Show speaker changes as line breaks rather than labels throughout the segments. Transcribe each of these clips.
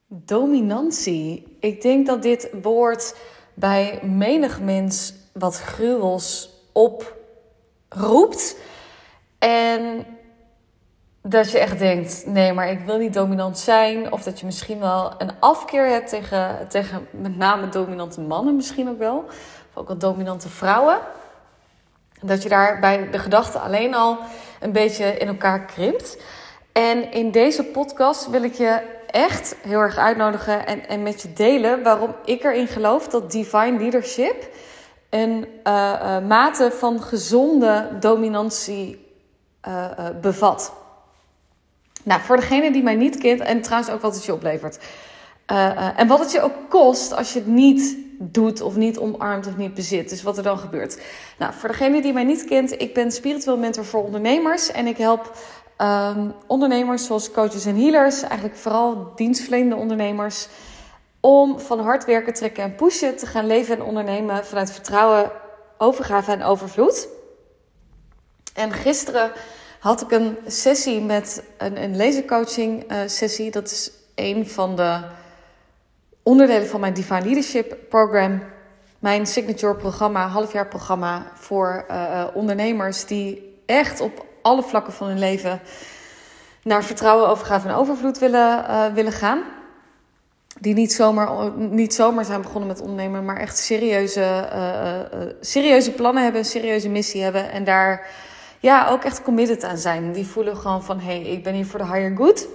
Dominantie. Ik denk dat dit woord bij menig mens wat gruwels oproept. En dat je echt denkt, nee, maar ik wil niet dominant zijn. Of dat je misschien wel een afkeer hebt tegen met name dominante mannen misschien ook wel. Of ook wel dominante vrouwen. Dat je daar bij de gedachte alleen al een beetje in elkaar krimpt. En in deze podcast wil ik je echt heel erg uitnodigen en met je delen waarom ik erin geloof dat divine leadership een mate van gezonde dominantie bevat. Nou, voor degene die mij niet kent en trouwens ook wat het je oplevert. En wat het je ook kost als je het niet doet of niet omarmt of niet bezit. Dus wat er dan gebeurt. Nou, voor degene die mij niet kent, ik ben spiritueel mentor voor ondernemers. En ik help ondernemers zoals coaches en healers, eigenlijk vooral dienstverlenende ondernemers, om van hard werken, trekken en pushen te gaan leven en ondernemen vanuit vertrouwen, overgave en overvloed. En gisteren had ik een sessie met een lasercoaching sessie. Dat is een van de onderdelen van mijn Divine Leadership Program. Mijn signature programma, halfjaar programma voor ondernemers die echt op alle vlakken van hun leven naar vertrouwen, overgave en overvloed willen gaan. Die niet zomaar zijn begonnen met ondernemen, maar echt serieuze plannen hebben, een serieuze missie hebben. En daar ook echt committed aan zijn. Die voelen gewoon van, hey, ik ben hier voor de higher good.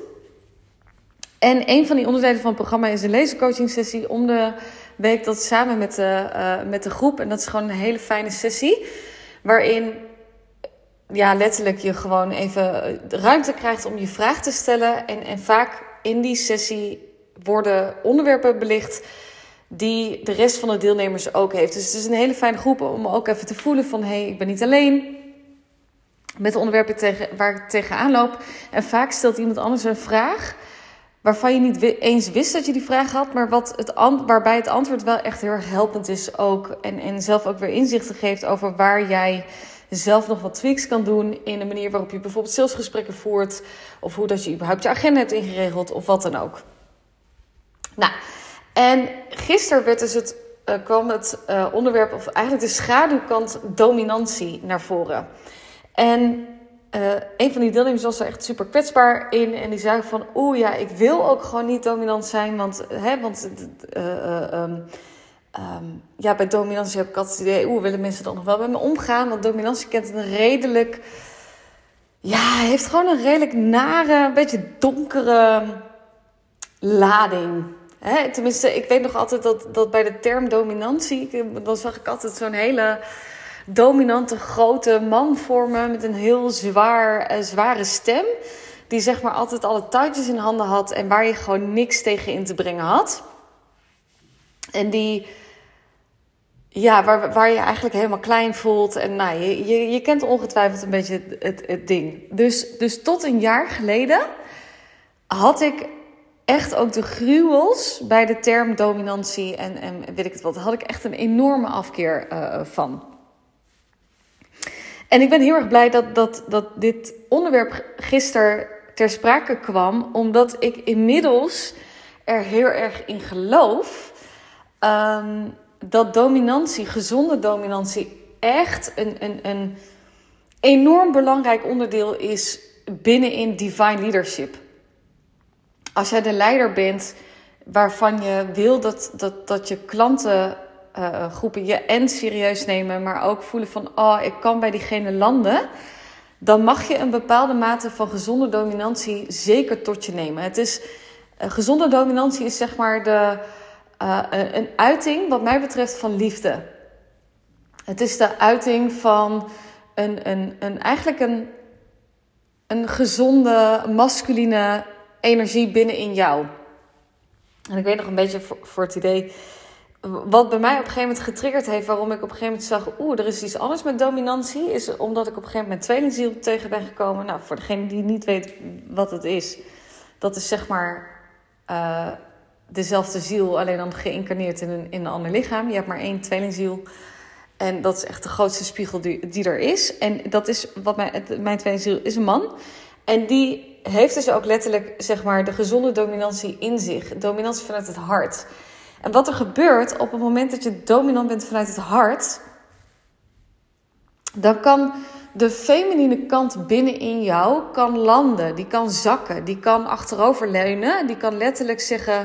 En een van die onderdelen van het programma is een lasercoaching sessie om de week. Dat samen met de groep. En dat is gewoon een hele fijne sessie. Waarin letterlijk je gewoon even de ruimte krijgt om je vraag te stellen. En vaak in die sessie worden onderwerpen belicht die de rest van de deelnemers ook heeft. Dus het is een hele fijne groep om ook even te voelen van, hey, ik ben niet alleen met de onderwerpen waar ik tegenaan loop. En vaak stelt iemand anders een vraag waarvan je niet eens wist dat je die vraag had, maar waarbij het antwoord wel echt heel erg helpend is ook. En zelf ook weer inzichten geeft over waar jij zelf nog wat tweaks kan doen in de manier waarop je bijvoorbeeld salesgesprekken voert. Of hoe dat je überhaupt je agenda hebt ingeregeld of wat dan ook. Nou, en gisteren kwam het onderwerp, of eigenlijk de schaduwkant dominantie naar voren. En een van die deelnemers was er echt super kwetsbaar in. En die zei van, ik wil ook gewoon niet dominant zijn. Want bij dominantie heb ik altijd het idee, willen mensen dan nog wel met me omgaan? Want dominantie kent een redelijk, heeft gewoon een redelijk nare, een beetje donkere lading. Tenminste, ik weet nog altijd dat bij de term dominantie, dan zag ik altijd zo'n hele dominante grote man voor me met een heel zware stem. Die zeg maar altijd alle touwtjes in handen had en waar je gewoon niks tegen in te brengen had. En die, waar je eigenlijk helemaal klein voelt. En je kent ongetwijfeld een beetje het ding. Dus tot een jaar geleden had ik echt ook de gruwels bij de term dominantie en weet ik het wat. Had ik echt een enorme afkeer van. En ik ben heel erg blij dat dit onderwerp gisteren ter sprake kwam. Omdat ik inmiddels er heel erg in geloof dat dominantie, gezonde dominantie, echt een enorm belangrijk onderdeel is binnenin divine leadership. Als jij de leider bent waarvan je wil dat je klanten groepen je en serieus nemen, maar ook voelen van, ik kan bij diegene landen, dan mag je een bepaalde mate van gezonde dominantie zeker tot je nemen. Het is, gezonde dominantie is zeg maar een uiting, wat mij betreft, van liefde. Het is de uiting van eigenlijk een gezonde, masculine energie binnenin jou. En ik weet nog een beetje voor het idee, wat bij mij op een gegeven moment getriggerd heeft, waarom ik op een gegeven moment zag, er is iets anders met dominantie, is omdat ik op een gegeven moment tweelingziel tegen ben gekomen. Nou, voor degene die niet weet wat het is, dat is zeg maar dezelfde ziel, alleen dan geïncarneerd in een ander lichaam. Je hebt maar één tweelingziel. En dat is echt de grootste spiegel die er is. En dat is mijn tweelingziel is een man. En die heeft dus ook letterlijk, zeg maar, de gezonde dominantie in zich. Dominantie vanuit het hart. En wat er gebeurt op het moment dat je dominant bent vanuit het hart, dan kan de feminine kant binnenin jou kan landen. Die kan zakken. Die kan achteroverleunen. Die kan letterlijk zeggen,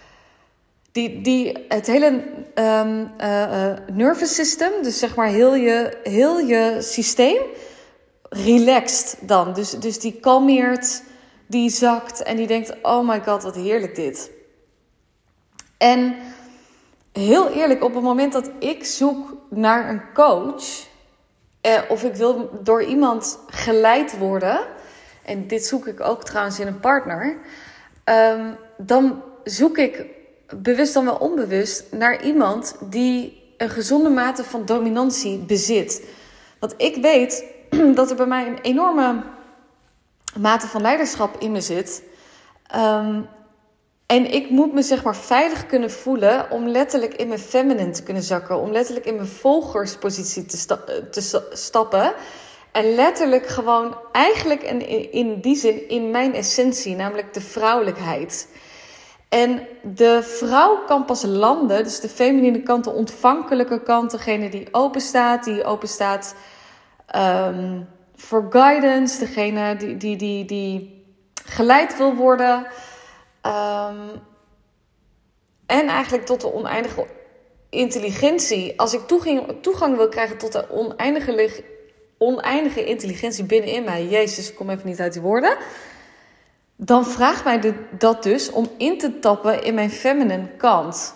het hele nervous system, dus zeg maar heel je systeem, relaxed dan. Dus die kalmeert, die zakt en die denkt, oh my god, wat heerlijk dit. En heel eerlijk, op het moment dat ik zoek naar een coach, of ik wil door iemand geleid worden, en dit zoek ik ook trouwens in een partner, dan zoek ik bewust dan wel onbewust naar iemand die een gezonde mate van dominantie bezit. Want ik weet dat er bij mij een enorme mate van leiderschap in me zit. En ik moet me zeg maar veilig kunnen voelen om letterlijk in mijn feminine te kunnen zakken. Om letterlijk in mijn volgerspositie te stappen. En letterlijk gewoon eigenlijk in die zin in mijn essentie, namelijk de vrouwelijkheid. En de vrouw kan pas landen, dus de feminine kant, de ontvankelijke kant, degene die open staat voor guidance, degene die geleid wil worden. En eigenlijk tot de oneindige intelligentie. Als ik toegang wil krijgen tot de oneindige intelligentie binnenin mij, Jezus, ik kom even niet uit die woorden, dan vraagt mij dat dus om in te tappen in mijn feminine kant.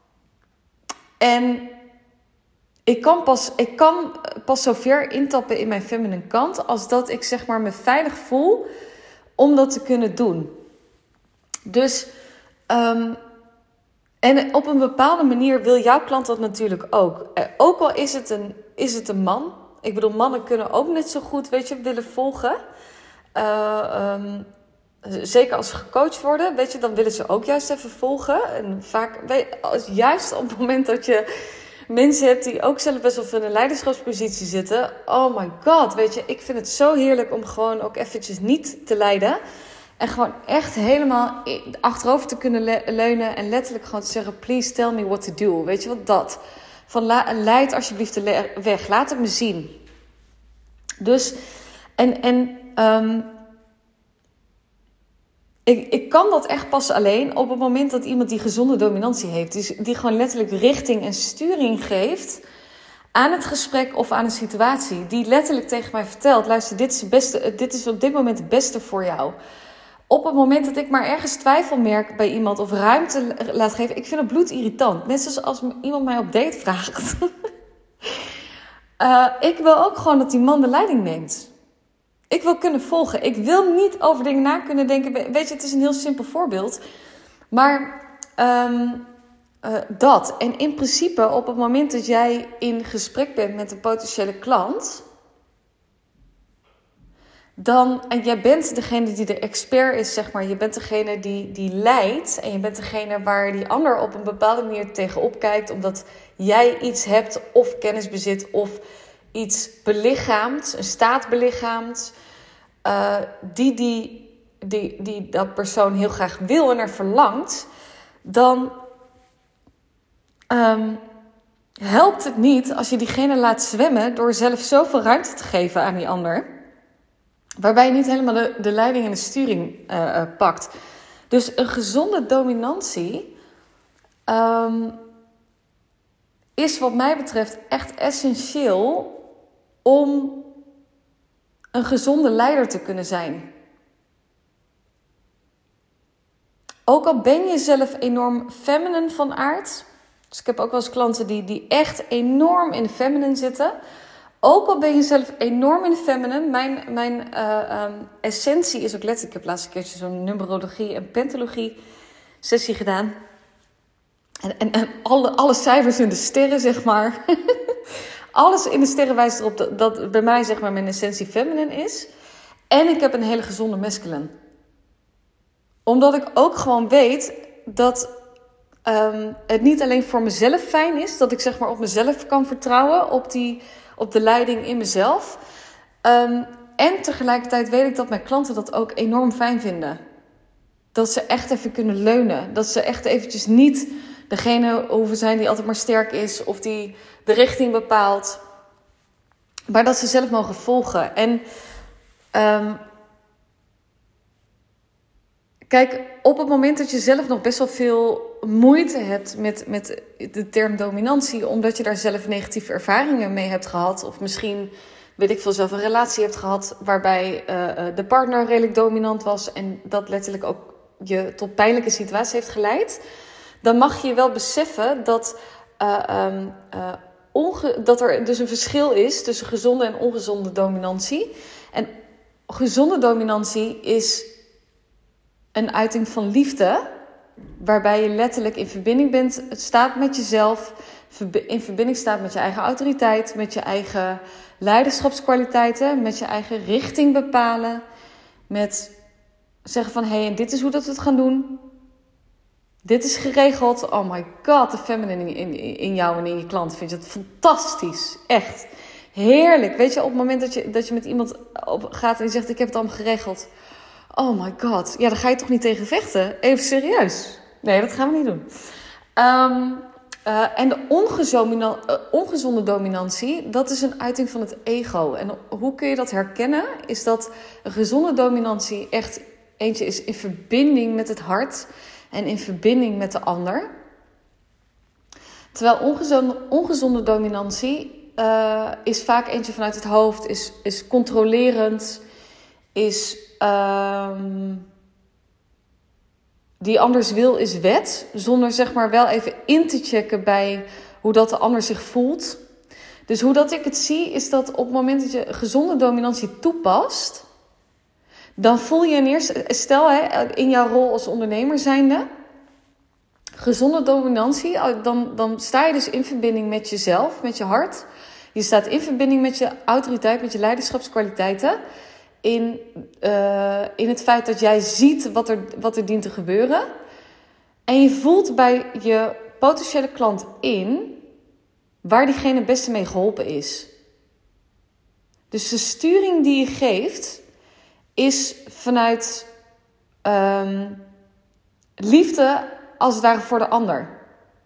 En ik kan pas zover intappen in mijn feminine kant als dat ik zeg maar me veilig voel om dat te kunnen doen. Dus, en op een bepaalde manier wil jouw klant dat natuurlijk ook. Ook al is het een man. Ik bedoel, mannen kunnen ook net zo goed, willen volgen. Zeker als ze gecoacht worden, dan willen ze ook juist even volgen. En vaak, juist op het moment dat je mensen hebt die ook zelf best wel veel in een leiderschapspositie zitten. Oh my god, ik vind het zo heerlijk om gewoon ook eventjes niet te leiden. En gewoon echt helemaal achterover te kunnen leunen en letterlijk gewoon te zeggen, please tell me what to do. Weet je wat, dat. Van leid alsjeblieft de weg, laat het me zien. Dus, ik kan dat echt pas alleen op het moment dat iemand die gezonde dominantie heeft. Dus die gewoon letterlijk richting en sturing geeft aan het gesprek of aan een situatie. Die letterlijk tegen mij vertelt, luister, dit is op dit moment het beste voor jou. Op het moment dat ik maar ergens twijfel merk bij iemand of ruimte laat geven, ik vind het bloedirritant. Net zoals als iemand mij op date vraagt. Ik wil ook gewoon dat die man de leiding neemt. Ik wil kunnen volgen. Ik wil niet over dingen na kunnen denken. Weet je, het is een heel simpel voorbeeld. Maar dat. En in principe, op het moment dat jij in gesprek bent met een potentiële klant, en jij bent degene die de expert is, zeg maar. Je bent degene die leidt. En je bent degene waar die ander op een bepaalde manier tegenop kijkt. Omdat jij iets hebt of kennis bezit of iets belichaamt. Een staat belichaamt. Die dat persoon heel graag wil en er verlangt. Dan helpt het niet als je diegene laat zwemmen door zelf zoveel ruimte te geven aan die ander. Waarbij je niet helemaal de leiding en de sturing pakt. Dus een gezonde dominantie is wat mij betreft echt essentieel om een gezonde leider te kunnen zijn. Ook al ben je zelf enorm feminine van aard. Dus ik heb ook wel eens klanten die echt enorm in de feminine zitten. Ook al ben je zelf enorm in de feminine. Mijn essentie is ook letterlijk. Ik heb laatst een keertje zo'n numerologie en pentologie sessie gedaan. En alle cijfers in de sterren, zeg maar. Alles in de sterren wijst erop dat bij mij, zeg maar, mijn essentie feminine is. En ik heb een hele gezonde masculine. Omdat ik ook gewoon weet dat het niet alleen voor mezelf fijn is. Dat ik, zeg maar, op mezelf kan vertrouwen. Op de leiding in mezelf. En tegelijkertijd weet ik dat mijn klanten dat ook enorm fijn vinden. Dat ze echt even kunnen leunen. Dat ze echt eventjes niet degene hoeven zijn die altijd maar sterk is. Of die de richting bepaalt. Maar dat ze zelf mogen volgen. En kijk, op het moment dat je zelf nog best wel veel moeite hebt met de term dominantie. Omdat je daar zelf negatieve ervaringen mee hebt gehad. Of misschien, weet ik veel, zelf een relatie hebt gehad waarbij de partner redelijk dominant was. En dat letterlijk ook je tot pijnlijke situaties heeft geleid. Dan mag je wel beseffen dat dat er dus een verschil is tussen gezonde en ongezonde dominantie. En gezonde dominantie is een uiting van liefde, waarbij je letterlijk in verbinding staat met jezelf, in verbinding staat met je eigen autoriteit, met je eigen leiderschapskwaliteiten, met je eigen richting bepalen, met zeggen van, hey, en dit is hoe dat we het gaan doen. Dit is geregeld. Oh my god, de feminine in jou en in je klant vind je het fantastisch. Echt. Heerlijk. Weet je, op het moment dat je met iemand gaat en die zegt, ik heb het allemaal geregeld. Oh my god. Ja, daar ga je toch niet tegen vechten? Even serieus. Nee, dat gaan we niet doen. En de ongezonde dominantie, dat is een uiting van het ego. En hoe kun je dat herkennen? Is dat een gezonde dominantie echt eentje is in verbinding met het hart en in verbinding met de ander. Terwijl ongezonde dominantie is vaak eentje vanuit het hoofd, is controlerend, is die anders wil is wet, zonder zeg maar wel even in te checken bij hoe dat de ander zich voelt. Dus hoe dat ik het zie, is dat op het moment dat je gezonde dominantie toepast, dan voel je in eerste, stel in jouw rol als ondernemer zijnde, gezonde dominantie, dan sta je dus in verbinding met jezelf, met je hart. Je staat in verbinding met je autoriteit, met je leiderschapskwaliteiten. In het feit dat jij ziet wat er dient te gebeuren. En je voelt bij je potentiële klant in waar diegene het beste mee geholpen is. Dus de sturing die je geeft is vanuit liefde als het ware voor de ander.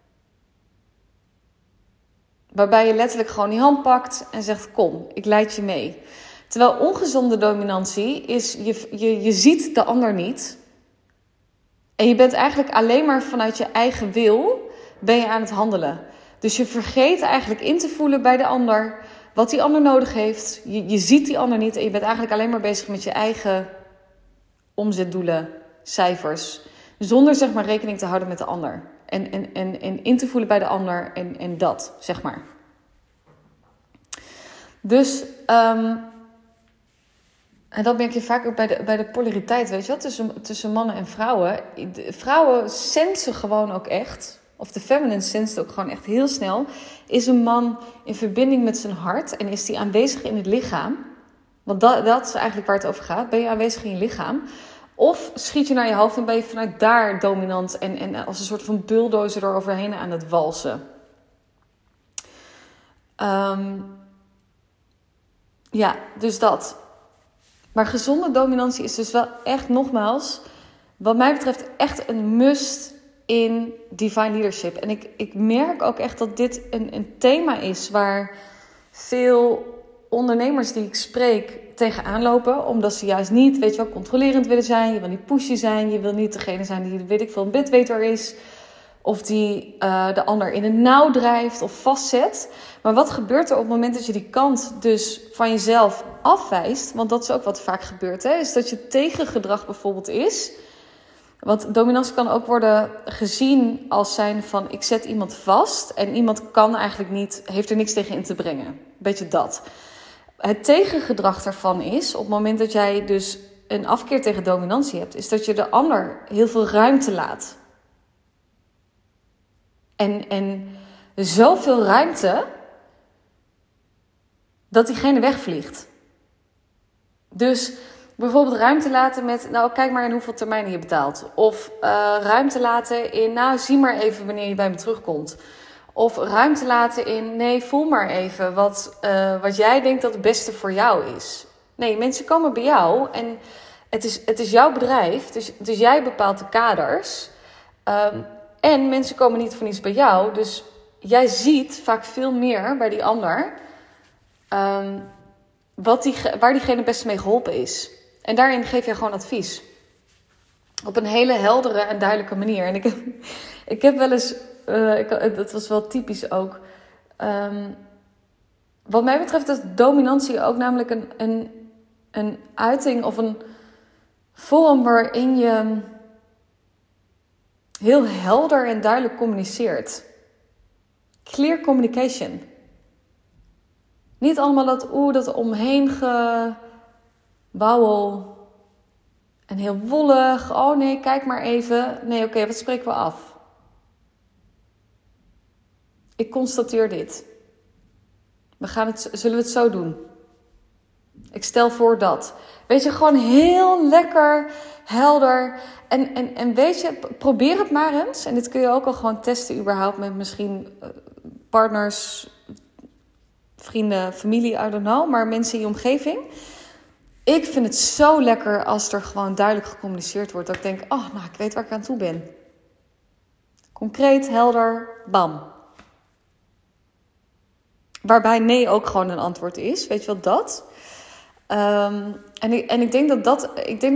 Waarbij je letterlijk gewoon die hand pakt en zegt, kom, ik leid je mee. Terwijl ongezonde dominantie is, je ziet de ander niet. En je bent eigenlijk alleen maar vanuit je eigen wil ben je aan het handelen. Dus je vergeet eigenlijk in te voelen bij de ander wat die ander nodig heeft. Je ziet die ander niet en je bent eigenlijk alleen maar bezig met je eigen omzetdoelen, cijfers. Zonder zeg maar rekening te houden met de ander. En in te voelen bij de ander en dat, zeg maar. Dus, en dat merk je vaak ook bij de polariteit, weet je wel, tussen mannen en vrouwen. Vrouwen sensen gewoon ook echt, of de feminine senst ook gewoon echt heel snel. Is een man in verbinding met zijn hart en is die aanwezig in het lichaam? Want dat is eigenlijk waar het over gaat. Ben je aanwezig in je lichaam? Of schiet je naar je hoofd en ben je vanuit daar dominant en als een soort van bulldozer eroverheen aan het walsen. Ja, dus dat. Maar gezonde dominantie is dus wel echt, nogmaals, wat mij betreft echt een must in divine leadership. En ik merk ook echt dat dit een thema is waar veel ondernemers die ik spreek tegenaan lopen, omdat ze juist niet, weet je wel, controlerend willen zijn. Je wil niet pushy zijn. Je wil niet degene zijn die, weet ik veel, een bedweter is. Of die de ander in een nauw drijft of vastzet. Maar wat gebeurt er op het moment dat je die kant dus van jezelf afwijst? Want dat is ook wat vaak gebeurt. Hè? Is dat je tegengedrag bijvoorbeeld is. Want dominantie kan ook worden gezien als zijn van, ik zet iemand vast. En iemand kan eigenlijk niet, heeft er niks tegen in te brengen. Beetje dat. Het tegengedrag daarvan is, op het moment dat jij dus een afkeer tegen dominantie hebt, is dat je de ander heel veel ruimte laat. En zoveel ruimte dat diegene wegvliegt. Dus bijvoorbeeld ruimte laten met, nou kijk maar in hoeveel termijnen je betaalt. Of ruimte laten in, nou zie maar even wanneer je bij me terugkomt. Of ruimte laten in, nee voel maar even wat jij denkt dat het beste voor jou is. Nee, mensen komen bij jou en het is jouw bedrijf. Dus jij bepaalt de kaders. En mensen komen niet voor niets bij jou. Dus jij ziet vaak veel meer bij die ander waar diegene het beste mee geholpen is. En daarin geef jij gewoon advies. Op een hele heldere en duidelijke manier. En ik heb wel eens... dat was wel typisch ook. Wat mij betreft is dominantie ook namelijk een uiting of een vorm waarin je heel helder en duidelijk communiceert. Clear communication. Niet allemaal dat omheen gebouwel en heel wollig. Oh nee, kijk maar even. Nee, oké, wat spreken we af? Ik constateer dit. Zullen we het zo doen? Ik stel voor dat. Weet je, gewoon heel lekker, helder. En weet je, probeer het maar eens. En dit kun je ook al gewoon testen überhaupt met misschien partners, vrienden, familie, I don't know. Maar mensen in je omgeving. Ik vind het zo lekker als er gewoon duidelijk gecommuniceerd wordt. Dat ik denk, oh, nou, ik weet waar ik aan toe ben. Concreet, helder, bam. Waarbij nee ook gewoon een antwoord is. Weet je wat dat? En ik denk dat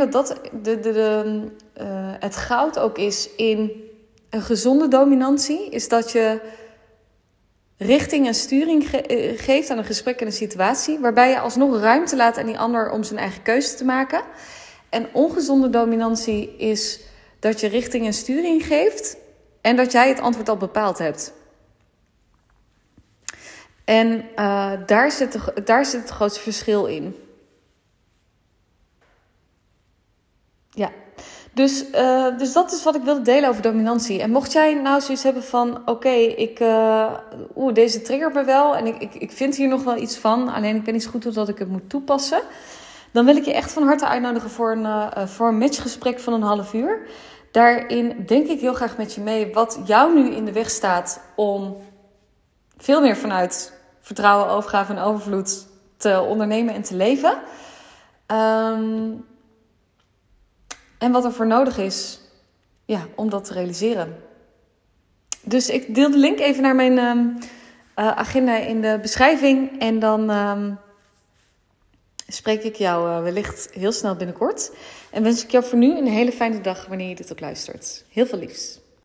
het goud ook is in een gezonde dominantie. Is dat je richting en sturing geeft aan een gesprek en een situatie. Waarbij je alsnog ruimte laat aan die ander om zijn eigen keuze te maken. En ongezonde dominantie is dat je richting en sturing geeft. En dat jij het antwoord al bepaald hebt. En daar zit het grootste verschil in. Ja, dus dat is wat ik wilde delen over dominantie. En mocht jij nou zoiets hebben van... deze triggert me wel en ik vind hier nog wel iets van. Alleen ik weet niet zo goed hoe dat ik het moet toepassen. Dan wil ik je echt van harte uitnodigen voor een matchgesprek van een half uur. Daarin denk ik heel graag met je mee wat jou nu in de weg staat om veel meer vanuit vertrouwen, overgave en overvloed te ondernemen en te leven. En wat er voor nodig is om dat te realiseren. Dus ik deel de link even naar mijn agenda in de beschrijving. En dan spreek ik jou wellicht heel snel binnenkort. En wens ik jou voor nu een hele fijne dag wanneer je dit ook luistert. Heel veel liefs.